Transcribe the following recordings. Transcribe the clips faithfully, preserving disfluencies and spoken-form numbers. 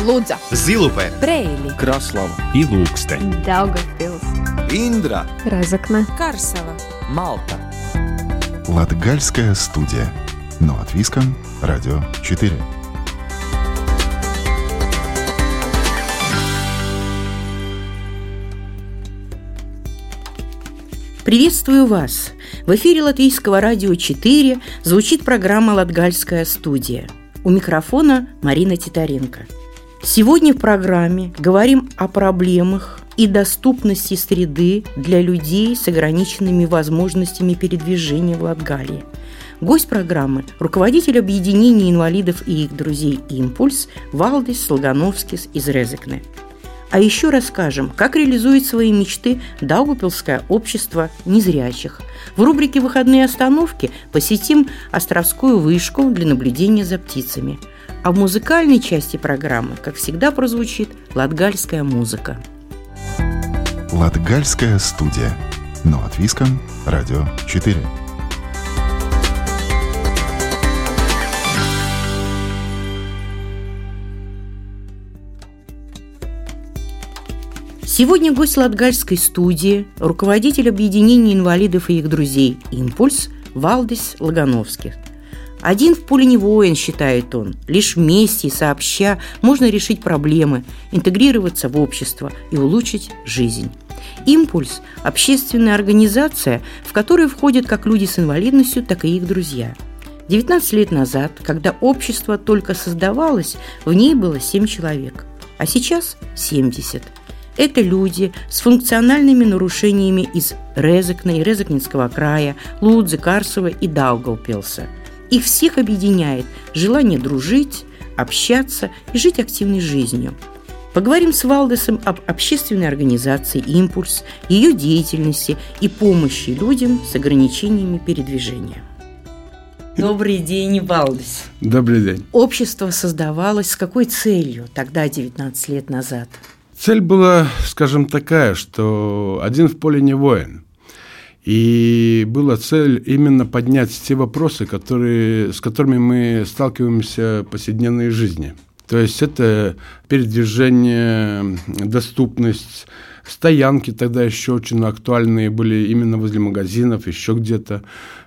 Лудза, Зилупе, Брейли, Краслава и Лукстен, Даугавпилс, Индра, Разокне, Карсела, Малта. Латгальская студия. Но от Виском, Радио четыре. Приветствую вас! В эфире Латвийского радио четыре звучит программа «Латгальская студия». У микрофона Марина Титаренко. Сегодня в программе говорим о проблемах и доступности среды для людей с ограниченными возможностями передвижения в Латгалии. Гость программы – руководитель объединения инвалидов и их друзей «Импульс» Валдис Логановскис из Резекне. А еще расскажем, как реализует свои мечты Даугавпилское общество незрячих. В рубрике «Выходные остановки» посетим островскую вышку для наблюдения за птицами. А в музыкальной части программы, как всегда, прозвучит латгальская музыка. Латгальская студия. Но от Виском, Радио четыре. Сегодня гость Латгальской студии, руководитель объединения инвалидов и их друзей «Импульс» Валдис Логановскис. Один в поле не воин, считает он. Лишь вместе и сообща можно решить проблемы, интегрироваться в общество и улучшить жизнь. «Импульс» – общественная организация, в которую входят как люди с инвалидностью, так и их друзья. девятнадцать лет назад, когда общество только создавалось, в ней было семь человек, а сейчас семьдесят. Это люди с функциональными нарушениями из Резекне и Резекненского края, Лудзы, Карсела и Даугавпилса. Их всех объединяет желание дружить, общаться и жить активной жизнью. Поговорим с Валдисом об общественной организации «Импульс», ее деятельности и помощи людям с ограничениями передвижения. Добрый день, Валдис. Добрый день. Общество создавалось с какой целью тогда, девятнадцать лет назад? Цель была, скажем, такая, что один в поле не воин. И была цель именно поднять те вопросы, которые, с которыми мы сталкиваемся в повседневной жизни. То есть это передвижение, доступность, стоянки тогда еще очень актуальные были именно возле магазинов, еще где-то.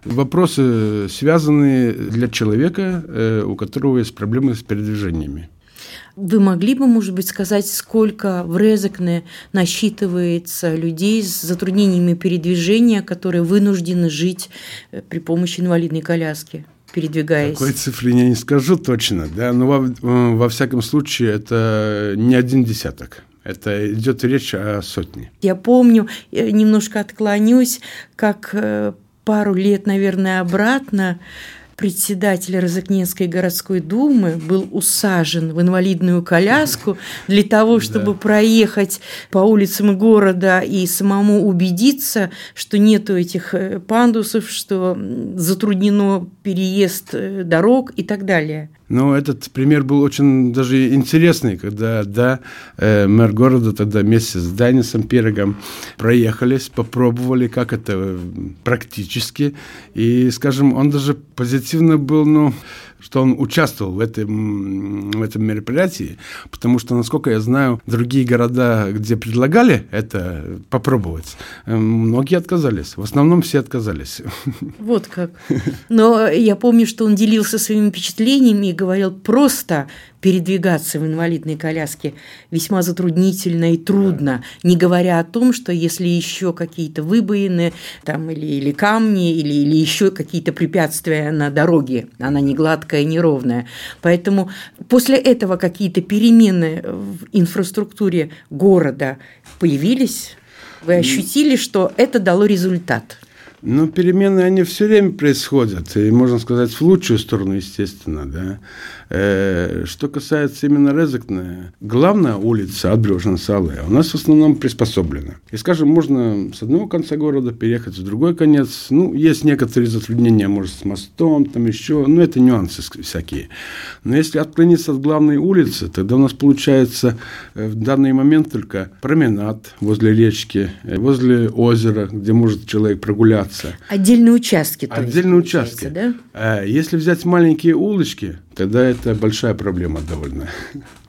Вопросы, связанные для человека, у которого есть проблемы с передвижениями. Вы могли бы, может быть, сказать, сколько в Резекне насчитывается людей с затруднениями передвижения, которые вынуждены жить при помощи инвалидной коляски, передвигаясь? Такой цифры я не скажу точно, да, но во, во всяком случае это не один десяток. Это идет речь о сотне. Я помню, немножко отклонюсь, как пару лет, наверное, обратно председатель Резекненской городской думы был усажен в инвалидную коляску для того, чтобы да. проехать по улицам города и самому убедиться, что нету этих пандусов, что затруднено переезд дорог и так далее. Ну, этот пример был очень даже интересный, когда да, э, мэр города тогда вместе с Данисом Пирогом проехались, попробовали, как это практически. И, скажем, он даже позитивно был, ну, что он участвовал в этом, в этом мероприятии, потому что, насколько я знаю, другие города, где предлагали это попробовать, многие отказались. В основном все отказались. Вот как. Но я помню, что он делился своими впечатлениями и говорил, просто передвигаться в инвалидной коляске весьма затруднительно и трудно, да. не говоря о том, что если еще какие-то выбоины там, или, или камни, или, или еще какие-то препятствия на дороге, она не гладкая, неровная. Поэтому после этого какие-то перемены в инфраструктуре города появились, вы ощутили, что это дало результат? Ну, перемены, они все время происходят, и, можно сказать, в лучшую сторону, естественно, да. Э, что касается именно Резекне, главная улица Atbraucšanas у нас в основном приспособлена. И, скажем, можно с одного конца города переехать в другой конец. Ну, есть некоторые затруднения, может, с мостом, там еще, ну, это нюансы всякие. Но если отклониться от главной улицы, тогда у нас получается в данный момент только променад возле речки, возле озера, где может человек прогуляться. Отдельные участки. Отдельные участки. Да? Если взять маленькие улочки, тогда это большая проблема довольно.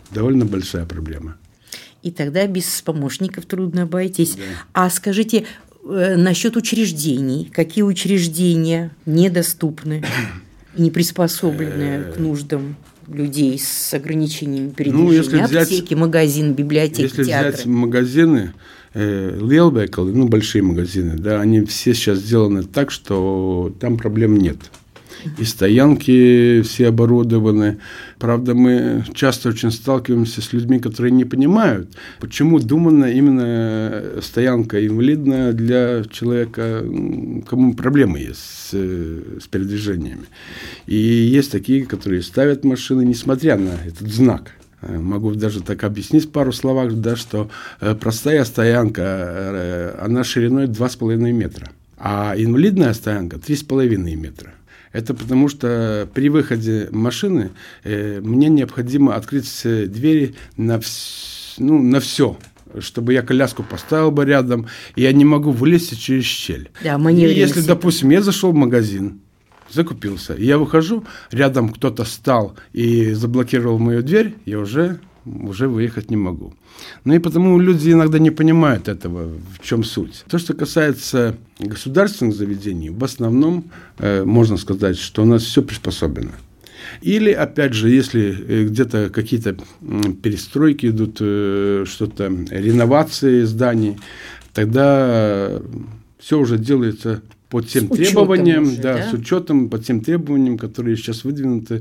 довольно большая проблема. И тогда без помощников трудно обойтись. Да. А скажите, э, насчет учреждений. Какие учреждения недоступны, не приспособлены к нуждам людей с ограничениями передвижения? Ну, если взять, аптеки, магазин, библиотеки, если театры. взять магазины, э, Lielveikali, ну, большие магазины, да, они все сейчас сделаны так, что там проблем нет. И стоянки все оборудованы. Правда, мы часто очень сталкиваемся с людьми, которые не понимают, почему думана именно стоянка инвалидная для человека, кому проблемы есть с, с передвижениями. И есть такие, которые ставят машины, несмотря на этот знак. Могу даже так объяснить в пару словах, да, что простая стоянка, она шириной два с половиной метра, а инвалидная стоянка три с половиной метра. Это потому, что при выходе машины э, мне необходимо открыть двери на, вс- ну, на все, чтобы я коляску поставил бы рядом, и я не могу вылезть через щель. Да, и если, себе. допустим, я зашел в магазин, закупился, и я выхожу, рядом кто-то стал и заблокировал мою дверь, я уже, уже выехать не могу. Ну и потому люди иногда не понимают этого, в чем суть. То, что касается государственных заведений, в основном э, можно сказать, что у нас все приспособлено. Или, опять же, если где-то какие-то перестройки идут, э, что-то, реновации зданий, тогда все уже делается по тем требованиям, уже, да, да? с учетом, по тем требованиям, которые сейчас выдвинуты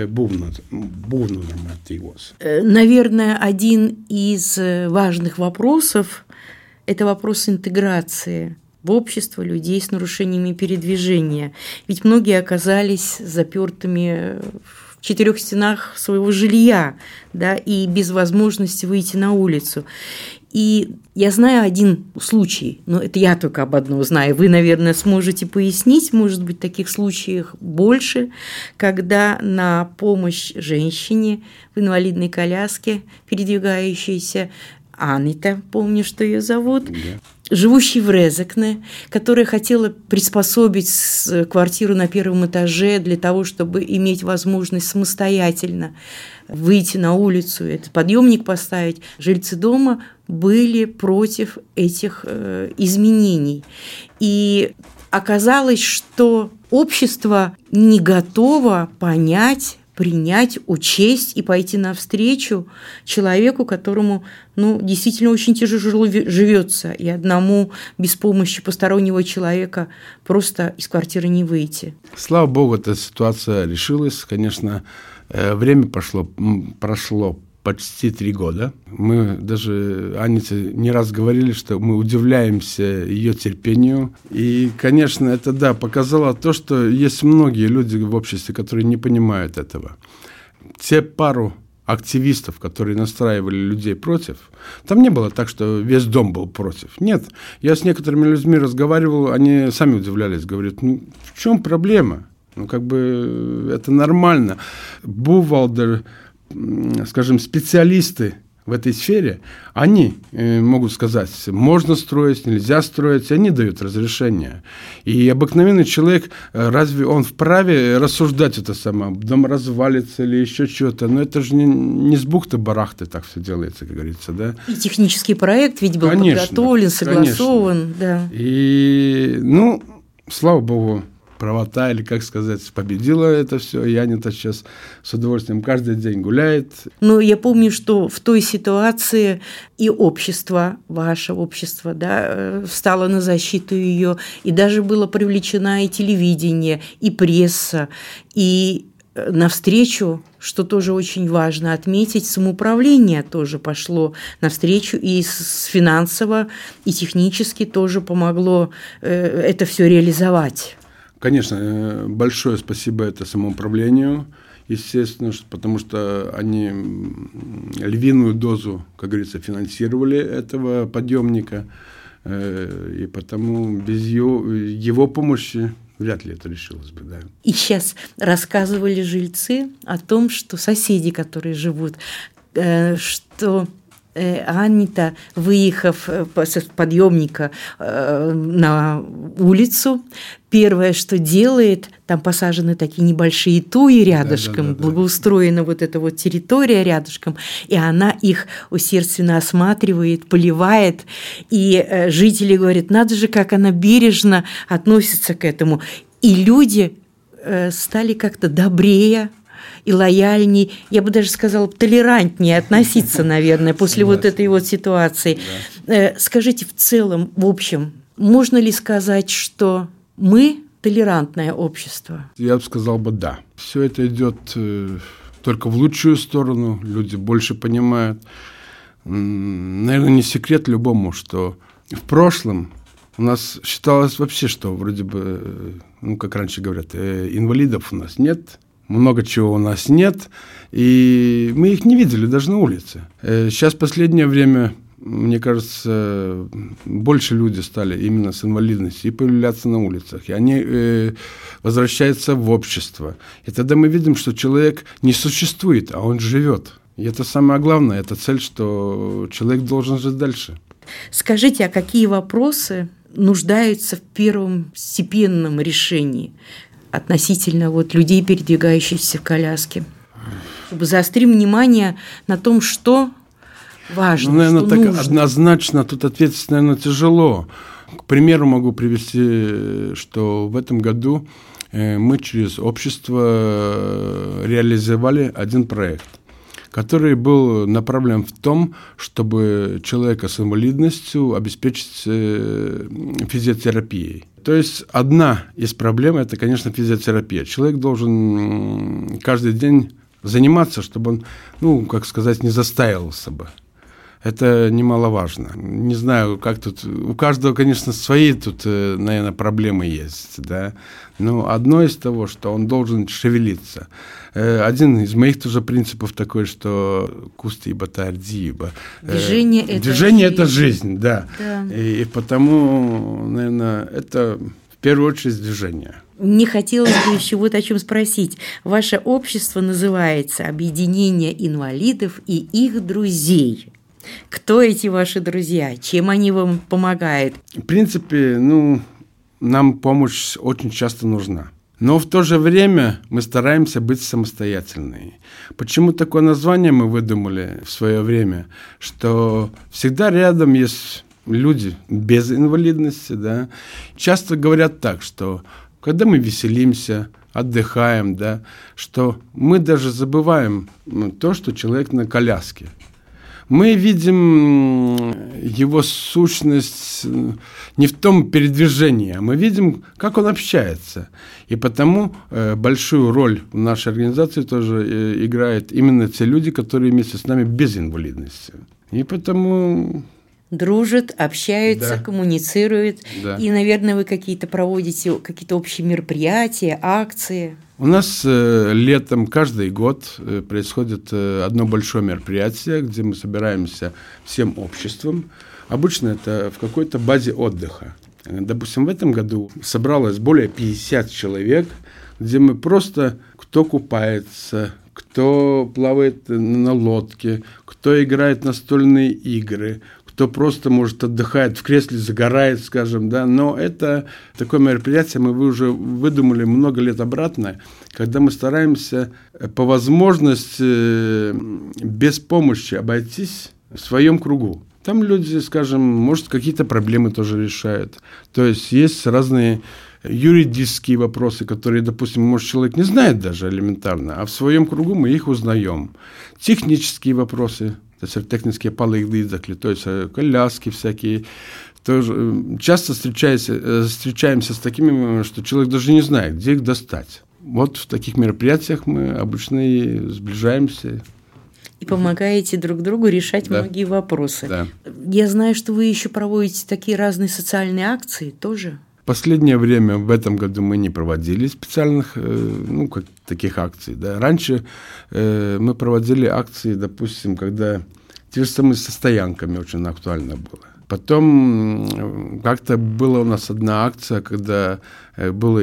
Бувну нормативос. Наверное, один из важных вопросов – это вопрос интеграции в общество людей с нарушениями передвижения. Ведь многие оказались запертыми в четырех стенах своего жилья, да, и без возможности выйти на улицу. И я знаю один случай, но это я только об одном знаю. Вы, наверное, сможете пояснить, может быть, таких случаев больше, когда на помощь женщине в инвалидной коляске, передвигающейся, Анита, помню, что ее зовут, да. живущей в Резекне, которая хотела приспособить квартиру на первом этаже для того, чтобы иметь возможность самостоятельно выйти на улицу, этот подъемник поставить. Жильцы дома были против этих э, изменений. И оказалось, что общество не готово понять, принять, учесть и пойти навстречу человеку, которому, ну, действительно очень тяжело живется, и одному без помощи постороннего человека просто из квартиры не выйти. Слава Богу, эта ситуация решилась. Конечно, время прошло, прошло почти три года. Мы даже, Аните, не раз говорили, что мы удивляемся ее терпению. И, конечно, это, да, показало то, что есть многие люди в обществе, которые не понимают этого. Те пару активистов, которые настраивали людей против, там не было так, что весь дом был против. Нет. Я с некоторыми людьми разговаривал, они сами удивлялись, говорят, ну, в чем проблема? Ну, как бы это нормально. Бувалдер, скажем, специалисты в этой сфере, они э, могут сказать, можно строить, нельзя строить, и они дают разрешение. И обыкновенный человек, разве он вправе рассуждать это самое, дом развалится или еще что-то? Но это же не, не с бухты-барахты так все делается, как говорится, да? И технический проект ведь был конечно, подготовлен, согласован, конечно. Да. И, ну, слава богу, правота, или, как сказать, победила это все. И Анита сейчас с удовольствием каждый день гуляет. Ну, я помню, что в той ситуации и общество, ваше общество, да, встало на защиту ее, и даже было привлечено и телевидение, и пресса, и навстречу, что тоже очень важно отметить, самоуправление тоже пошло навстречу, и с финансово, и технически тоже помогло это все реализовать. Конечно, большое спасибо это самоуправлению, естественно, потому что они львиную дозу, как говорится, финансировали этого подъемника, и потому без его, его помощи вряд ли это решилось бы, да. И сейчас рассказывали жильцы о том, что соседи, которые живут, что Анита, выехав с подъемника на улицу, первое, что делает, там посажены такие небольшие туи рядышком, да, да, да, благоустроена да. вот эта вот территория рядышком, и она их усердственно осматривает, поливает, и жители говорят, надо же, как она бережно относится к этому. И люди стали как-то добрее и лояльнее, я бы даже сказала, толерантнее относиться, наверное, после вот этой вот ситуации. Да. Скажите, в целом, в общем, можно ли сказать, что мы толерантное общество? Я бы сказал бы да. Все это идет только в лучшую сторону, люди больше понимают. Наверное, не секрет любому, что в прошлом у нас считалось вообще, что вроде бы, ну, как раньше говорят, инвалидов у нас нет, много чего у нас нет, и мы их не видели даже на улице. Сейчас в последнее время, мне кажется, больше люди стали именно с инвалидностью и появляться на улицах, и они э, возвращаются в общество. И тогда мы видим, что человек не существует, а он живет. И это самое главное, это цель, что человек должен жить дальше. Скажите, а какие вопросы нуждаются в первом степенном решении относительно вот людей, передвигающихся в коляске? Чтобы заострим внимание на том, что важно, ну, наверное, что так нужно. Однозначно тут ответить, наверное, тяжело. К примеру, могу привести, что в этом году мы через общество реализовали один проект, который был направлен в том, чтобы человека с инвалидностью обеспечить физиотерапией. То есть одна из проблем – это, конечно, физиотерапия. Человек должен каждый день заниматься, чтобы он, ну, как сказать, не застаивался бы. Это немаловажно. Не знаю, как тут... У каждого, конечно, свои тут, наверное, проблемы есть, да. Но одно из того, что он должен шевелиться. Один из моих тоже принципов такой, что кусти батарди, ибо движение это движение жизнь. это жизнь, да. да. И, и потому, наверное, это в первую очередь движение. Мне хотелось бы еще вот о чем спросить. Ваше общество называется «Объединение инвалидов и их друзей». Кто эти ваши друзья? Чем они вам помогают? В принципе, ну, нам помощь очень часто нужна. Но в то же время мы стараемся быть самостоятельными. Почему такое название мы выдумали в свое время? Что всегда рядом есть люди без инвалидности, да. Часто говорят так, что когда мы веселимся, отдыхаем, да, что мы даже забываем то, что человек на коляске. Мы видим его сущность не в том передвижении, а мы видим, как он общается. И потому большую роль в нашей организации тоже играют именно те люди, которые вместе с нами без инвалидности. И потому... Дружат, общаются, да. коммуницируют. Да. И, наверное, вы какие-то проводите какие-то общие мероприятия, акции. У нас э, летом каждый год э, происходит э, одно большое мероприятие, где мы собираемся всем обществом. Обычно это в какой-то базе отдыха. Допустим, в этом году собралось более пятьдесят человек, где мы просто, кто купается, кто плавает на лодке, кто играет настольные игры, кто просто, может, отдыхает в кресле, загорает, скажем, да, но это такое мероприятие мы уже выдумали много лет обратно, когда мы стараемся по возможности без помощи обойтись в своем кругу. Там люди, скажем, может, какие-то проблемы тоже решают. То есть есть разные юридические вопросы, которые, допустим, может, человек не знает даже элементарно, а в своем кругу мы их узнаем. Технические вопросы. Tas ir tehniskie palīdzekļi, то есть коляски всякие. Тоже часто встречаемся, встречаемся с такими, что человек даже не знает, где их достать. Вот в таких мероприятиях мы обычно и сближаемся. И помогаете друг другу решать да. многие вопросы. Да. Я знаю, что вы еще проводите такие разные социальные акции тоже. В последнее время, в этом году, мы не проводили специальных, ну, как, таких акций. Да. Раньше э, мы проводили акции, допустим, когда те же самые со стоянками очень актуально было. Потом как-то была у нас одна акция, когда было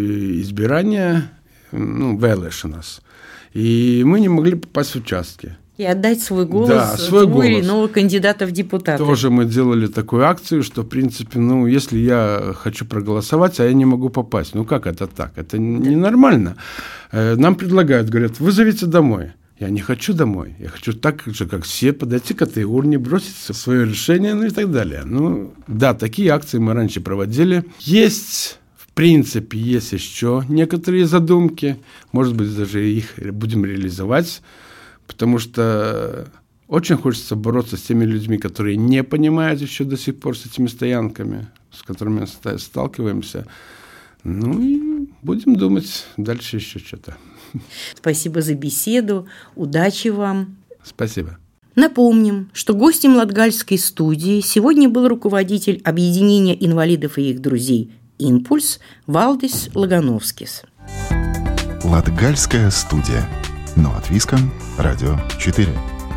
избирание, ну, vēlēšanas, и мы не могли попасть в участки. И отдать свой голос да, свой того или голос. иного кандидата в депутаты. Тоже мы делали такую акцию, что, в принципе, ну, если я хочу проголосовать, а я не могу попасть, ну, как это так? Это ненормально. Нам предлагают, говорят, вызовите домой. Я не хочу домой. Я хочу так же, как все, подойти к этой урне, бросить свое решение, ну, и так далее. Ну, да, такие акции мы раньше проводили. Есть... В принципе, есть еще некоторые задумки, может быть, даже их будем реализовать, потому что очень хочется бороться с теми людьми, которые не понимают еще до сих пор с этими стоянками, с которыми мы сталкиваемся. Ну и будем думать дальше еще что-то. Спасибо за беседу, удачи вам. Спасибо. Напомним, что гостем Латгальской студии сегодня был руководитель объединения инвалидов и их друзей «Импульс» Валдис Лагановскис. Латгальская студия. Но от Виском. Радио четыре.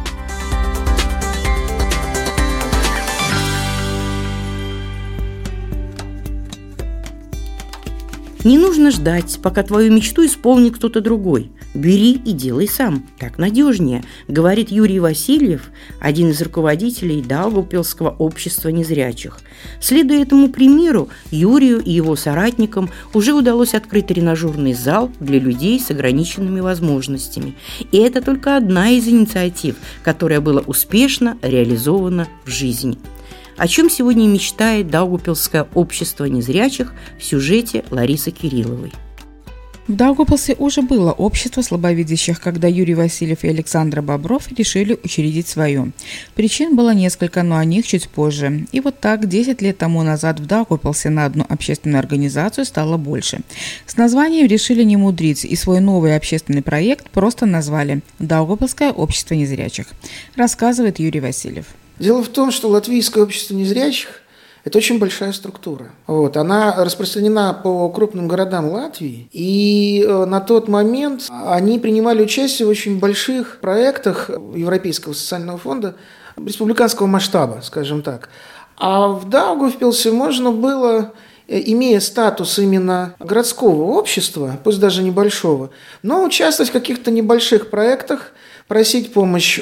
Не нужно ждать, пока твою мечту исполнит кто-то другой. Бери и делай сам. Так надежнее, говорит Юрий Васильев, один из руководителей Даугавпилского общества незрячих. Следуя этому примеру, Юрию и его соратникам уже удалось открыть тренажерный зал для людей с ограниченными возможностями. И это только одна из инициатив, которая была успешно реализована в жизни. О чем сегодня мечтает Даугавпилское общество незрячих в сюжете Ларисы Кирилловой. В Даугавпилсе уже было общество слабовидящих, когда Юрий Васильев и Александр Бобров решили учредить свое. Причин было несколько, но о них чуть позже. И вот так десять лет тому назад в Даугавпилсе на одну общественную организацию стало больше. С названием решили не мудрить, и свой новый общественный проект просто назвали «Даугавпилское общество незрячих», рассказывает Юрий Васильев. Дело в том, что Латвийское общество незрячих – это очень большая структура. Вот. Она распространена по крупным городам Латвии. И на тот момент они принимали участие в очень больших проектах Европейского социального фонда республиканского масштаба, скажем так. А в Даугавпилсе можно было, имея статус именно городского общества, пусть даже небольшого, но участвовать в каких-то небольших проектах, просить помощь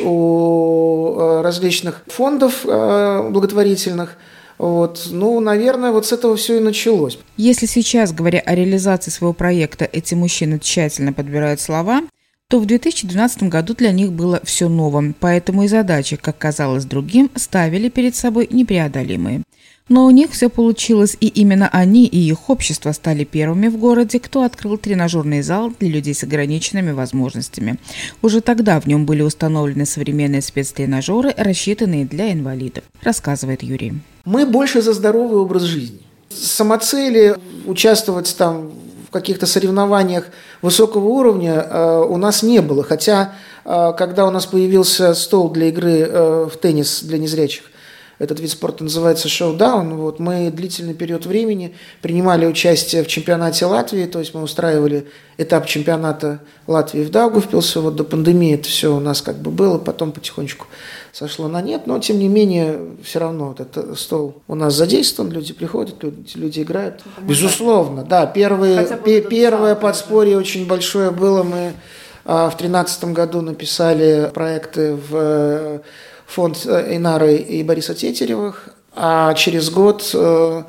у различных фондов благотворительных. Вот. Ну, наверное, вот с этого все и началось. Если сейчас, говоря о реализации своего проекта, эти мужчины тщательно подбирают слова, то в две тысячи двенадцатом году для них было все новым, поэтому и задачи, как казалось другим, ставили перед собой непреодолимые. Но у них все получилось, и именно они и их общество стали первыми в городе, кто открыл тренажерный зал для людей с ограниченными возможностями. Уже тогда в нем были установлены современные спецтренажеры, рассчитанные для инвалидов, рассказывает Юрий. Мы больше за здоровый образ жизни. Самоцели участвовать там в каких-то соревнованиях высокого уровня э, у нас не было. Хотя, э, когда у нас появился стол для игры э, в теннис для незрячих, этот вид спорта называется шоу-даун. Вот, мы длительный период времени принимали участие в чемпионате Латвии, то есть мы устраивали этап чемпионата Латвии в Даугавпилсе. Вот до пандемии это все у нас как бы было, потом потихонечку сошло на нет, но тем не менее все равно вот этот стол у нас задействован, люди приходят, люди, люди играют. Безусловно, да, первые, пе- первое подспорье очень большое было, мы а, в тринадцатом году написали проекты в фонд Инары и Бориса Тетеревых, а через год э,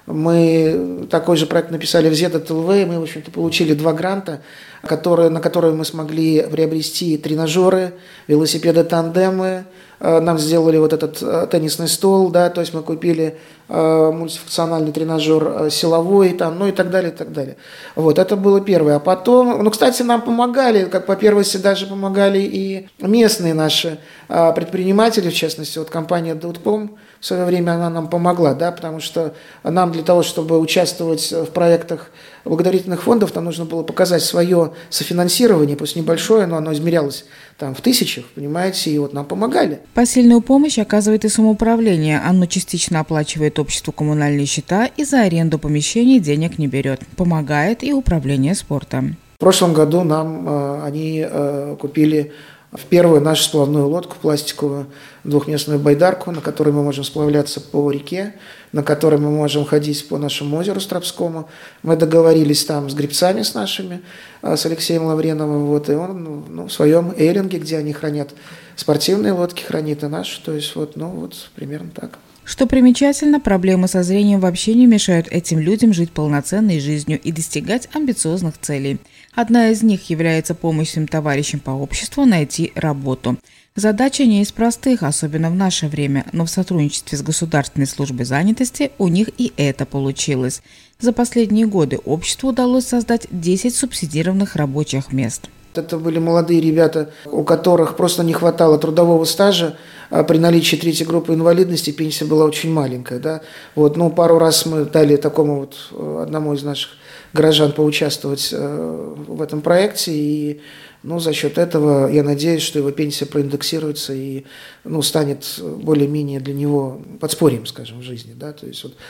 мы такой же проект написали в зет эл вэ, и мы, в общем-то, получили два гранта, которые, на которые мы смогли приобрести тренажеры, велосипеды, тандемы, э, нам сделали вот этот э, теннисный стол, да, то есть мы купили э, мультифункциональный тренажер э, силовой, там, ну и так далее, и так далее. Вот, это было первое. А потом, ну, кстати, нам помогали, как по первости даже помогали и местные наши э, предприниматели, в частности, вот компания «Даутпом», в свое время она нам помогла, да, потому что нам для того, чтобы участвовать в проектах благотворительных фондов, нам нужно было показать свое софинансирование, пусть небольшое, но оно измерялось там в тысячах, понимаете, и вот нам помогали. Посильную помощь оказывает и самоуправление. Оно частично оплачивает обществу коммунальные счета и за аренду помещений денег не берет. Помогает и управление спортом. В прошлом году нам э, они э, купили в первую нашу сплавную лодку пластиковую, двухместную байдарку, на которой мы можем сплавляться по реке, на которой мы можем ходить по нашему озеру Стропскому. Мы договорились там с гребцами, с нашими, с Алексеем Лавреновым, вот, и он ну, в своем эйлинге, где они хранят спортивные лодки, хранит и наши, то есть вот, ну вот примерно так. Что примечательно, проблемы со зрением вообще не мешают этим людям жить полноценной жизнью и достигать амбициозных целей. Одна из них является помощь своим товарищам по обществу найти работу. Задача не из простых, особенно в наше время, но в сотрудничестве с Государственной службой занятости у них и это получилось. За последние годы обществу удалось создать десять субсидированных рабочих мест. Это были молодые ребята, у которых просто не хватало трудового стажа. А при наличии третьей группы инвалидности пенсия была очень маленькая. Да? Вот, ну, пару раз мы дали такому вот одному из наших горожан поучаствовать в этом проекте. И ну, за счет этого я надеюсь, что его пенсия проиндексируется и ну, станет более-менее для него подспорьем, скажем, в жизни. Да? То есть, вот.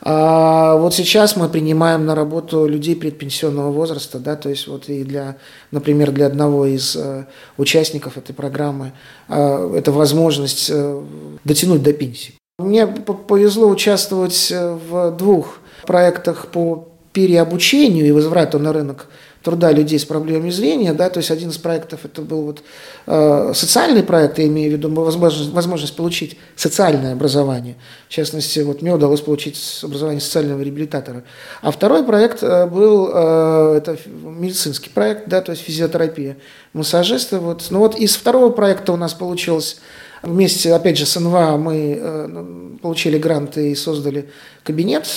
А вот сейчас мы принимаем на работу людей предпенсионного возраста, да, то есть вот и для, например, для одного из э, участников этой программы э, это возможность э, дотянуть до пенсии. Мне повезло участвовать в двух проектах по переобучению и возврату на рынок труда людей с проблемами зрения, да, то есть один из проектов это был вот, э, социальный проект, я имею в виду возможность, возможность получить социальное образование, в частности, вот мне удалось получить образование социального реабилитатора, а второй проект э, был, э, это медицинский проект, да, то есть физиотерапия, массажисты, вот, ну вот из второго проекта у нас получилось вместе, опять же, с эн вэ а мы э, получили гранты и создали кабинет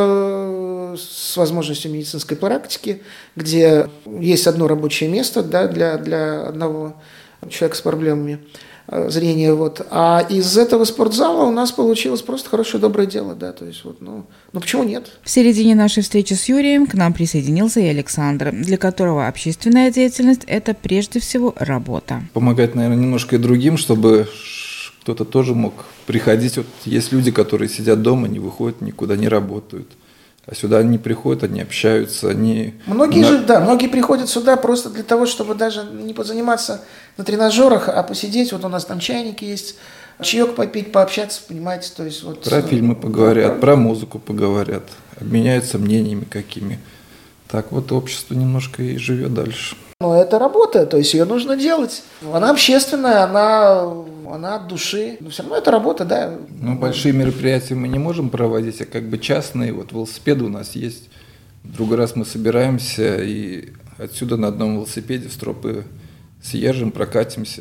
э, с возможностью медицинской практики, где есть одно рабочее место да, для, для одного человека с проблемами э, зрения. Вот. А из этого спортзала у нас получилось просто хорошее, доброе дело. Да, то есть, вот, ну, ну почему нет? В середине нашей встречи с Юрием к нам присоединился и Александр, для которого общественная деятельность – это прежде всего работа. Помогать, наверное, немножко и другим, чтобы кто-то тоже мог приходить. Вот есть люди, которые сидят дома, не выходят, никуда не работают. А сюда они приходят, они общаются, они… Многие же, да, многие приходят сюда просто для того, чтобы даже не позаниматься на тренажерах, а посидеть. Вот у нас там чайники есть, чаек попить, пообщаться, понимаете, то есть вот… Про фильмы поговорят, да, про музыку поговорят, обменяются мнениями какими. Так вот общество немножко и живет дальше. Но это работа, то есть ее нужно делать. Она общественная, она, она от души. Но все равно это работа, да. Ну, большие мероприятия мы не можем проводить, а как бы частные. Вот велосипеды у нас есть. В другой раз мы собираемся и отсюда на одном велосипеде в Стропы съезжим, прокатимся.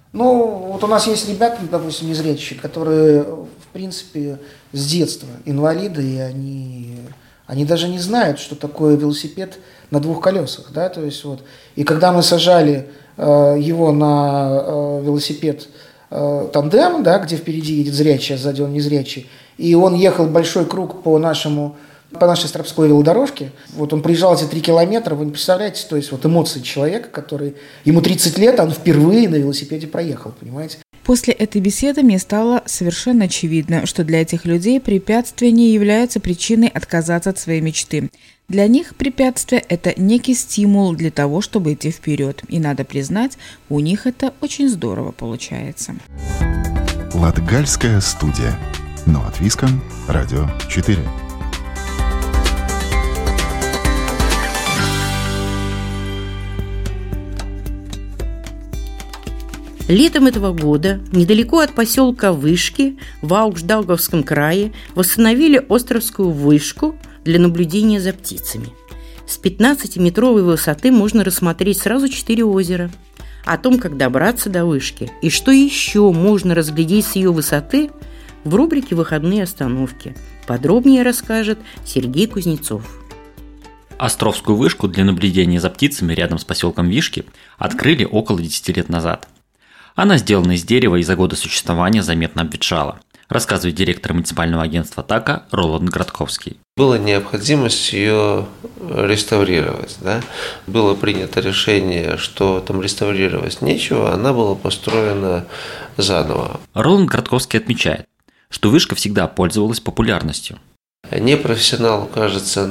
Ну, вот у нас есть ребята, допустим, незрячие, которые, в принципе, с детства инвалиды, и они, они даже не знают, что такое велосипед на двух колесах, да, то есть вот. И когда мы сажали э, его на э, велосипед э, тандем, да, где впереди едет зрячий, а сзади он незрячий, и он ехал большой круг по нашему, по нашей Стропской велодорожке, вот он проезжал эти три километра, вы не представляете, то есть вот эмоции человека, который, ему тридцать лет, а он впервые на велосипеде проехал, понимаете. После этой беседы мне стало совершенно очевидно, что для этих людей препятствия не являются причиной отказаться от своей мечты. Для них препятствие – это некий стимул для того, чтобы идти вперед. И надо признать, у них это очень здорово получается. Латгальская студия. Но от Виском. Радио четыре. Летом этого года недалеко от поселка Вышки в Аукшдаугавском крае восстановили островскую вышку для наблюдения за птицами. С пятнадцатиметровой высоты можно рассмотреть сразу четыре озера. О том, как добраться до вышки и что еще можно разглядеть с ее высоты, в рубрике «Выходные остановки» подробнее расскажет Сергей Кузнецов. Островскую вышку для наблюдения за птицами рядом с поселком Вишки открыли около десяти лет назад. Она сделана из дерева и за годы существования заметно обветшала, рассказывает директор муниципального агентства ТАКа Роланд Градковский. Была необходимость ее реставрировать. Да? Было принято решение, что там реставрировать нечего, она была построена заново. Роланд Градковский отмечает, что вышка всегда пользовалась популярностью. Непрофессионалу кажется, ну,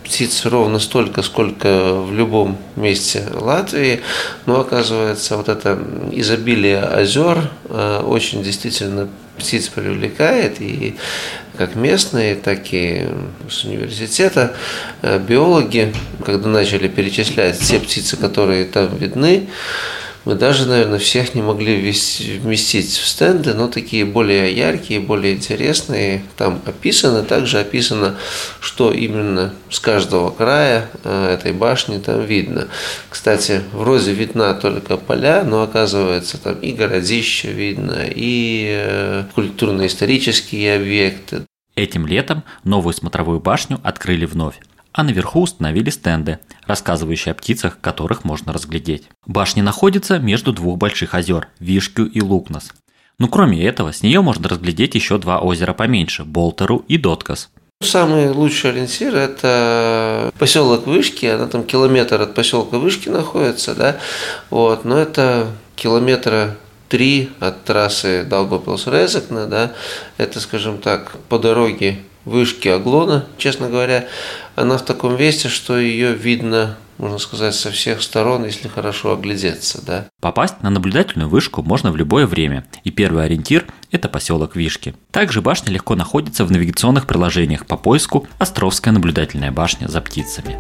птиц ровно столько, сколько в любом месте Латвии, но оказывается, вот это изобилие озер очень действительно птиц привлекает, и как местные, так и с университета биологи, когда начали перечислять все птицы, которые там видны, мы даже, наверное, всех не могли вместить в стенды, но такие более яркие, более интересные. Там описано, также описано, что именно с каждого края этой башни там видно. Кстати, вроде видна только поля, но оказывается там и городища видно, и культурно-исторические объекты. Этим летом новую смотровую башню открыли вновь, а наверху установили стенды, рассказывающие о птицах, которых можно разглядеть. Башня находится между двух больших озер – Вишкю и Лукнас. Но кроме этого, с нее можно разглядеть еще два озера поменьше – Болтеру и Доткас. Самый лучший ориентир – это поселок Вышки, она там километр от поселка Вышки находится, да, вот, но это километра три от трассы Даугавпилс-Резекне, да, это, скажем так, по дороге Вышки Аглона, честно говоря, она в таком месте, что ее видно, можно сказать, со всех сторон, если хорошо оглядеться, да. Попасть на наблюдательную вышку можно в любое время, и первый ориентир – это поселок Вишки. Также башня легко находится в навигационных приложениях по поиску «Островская наблюдательная башня за птицами».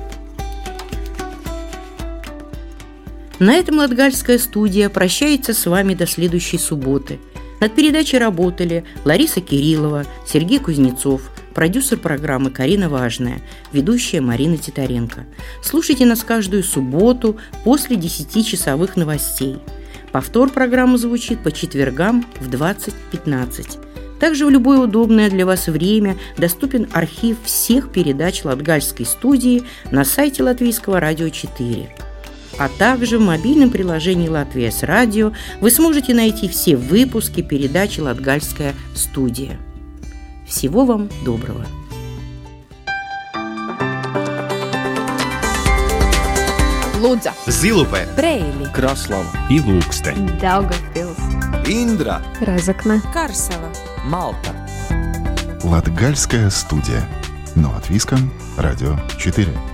На этом Латгальская студия прощается с вами до следующей субботы. Над передачей работали Лариса Кириллова, Сергей Кузнецов, продюсер программы Карина Важная, ведущая Марина Титаренко. Слушайте нас каждую субботу после десятичасовых новостей. Повтор программы звучит по четвергам в двадцать пятнадцать. Также в любое удобное для вас время доступен архив всех передач Латгальской студии на сайте Латвийского радио четыре. А также в мобильном приложении «Латвия с радио» вы сможете найти все выпуски передачи «Латгальская студия». Всего вам доброго! Лудза, Зилупе, Брейли, Краслава и Ilūkste, Daugavpils, Индра, Разокна, Карсела, Малта. Латгальская студия. На Латвийском радио четыре.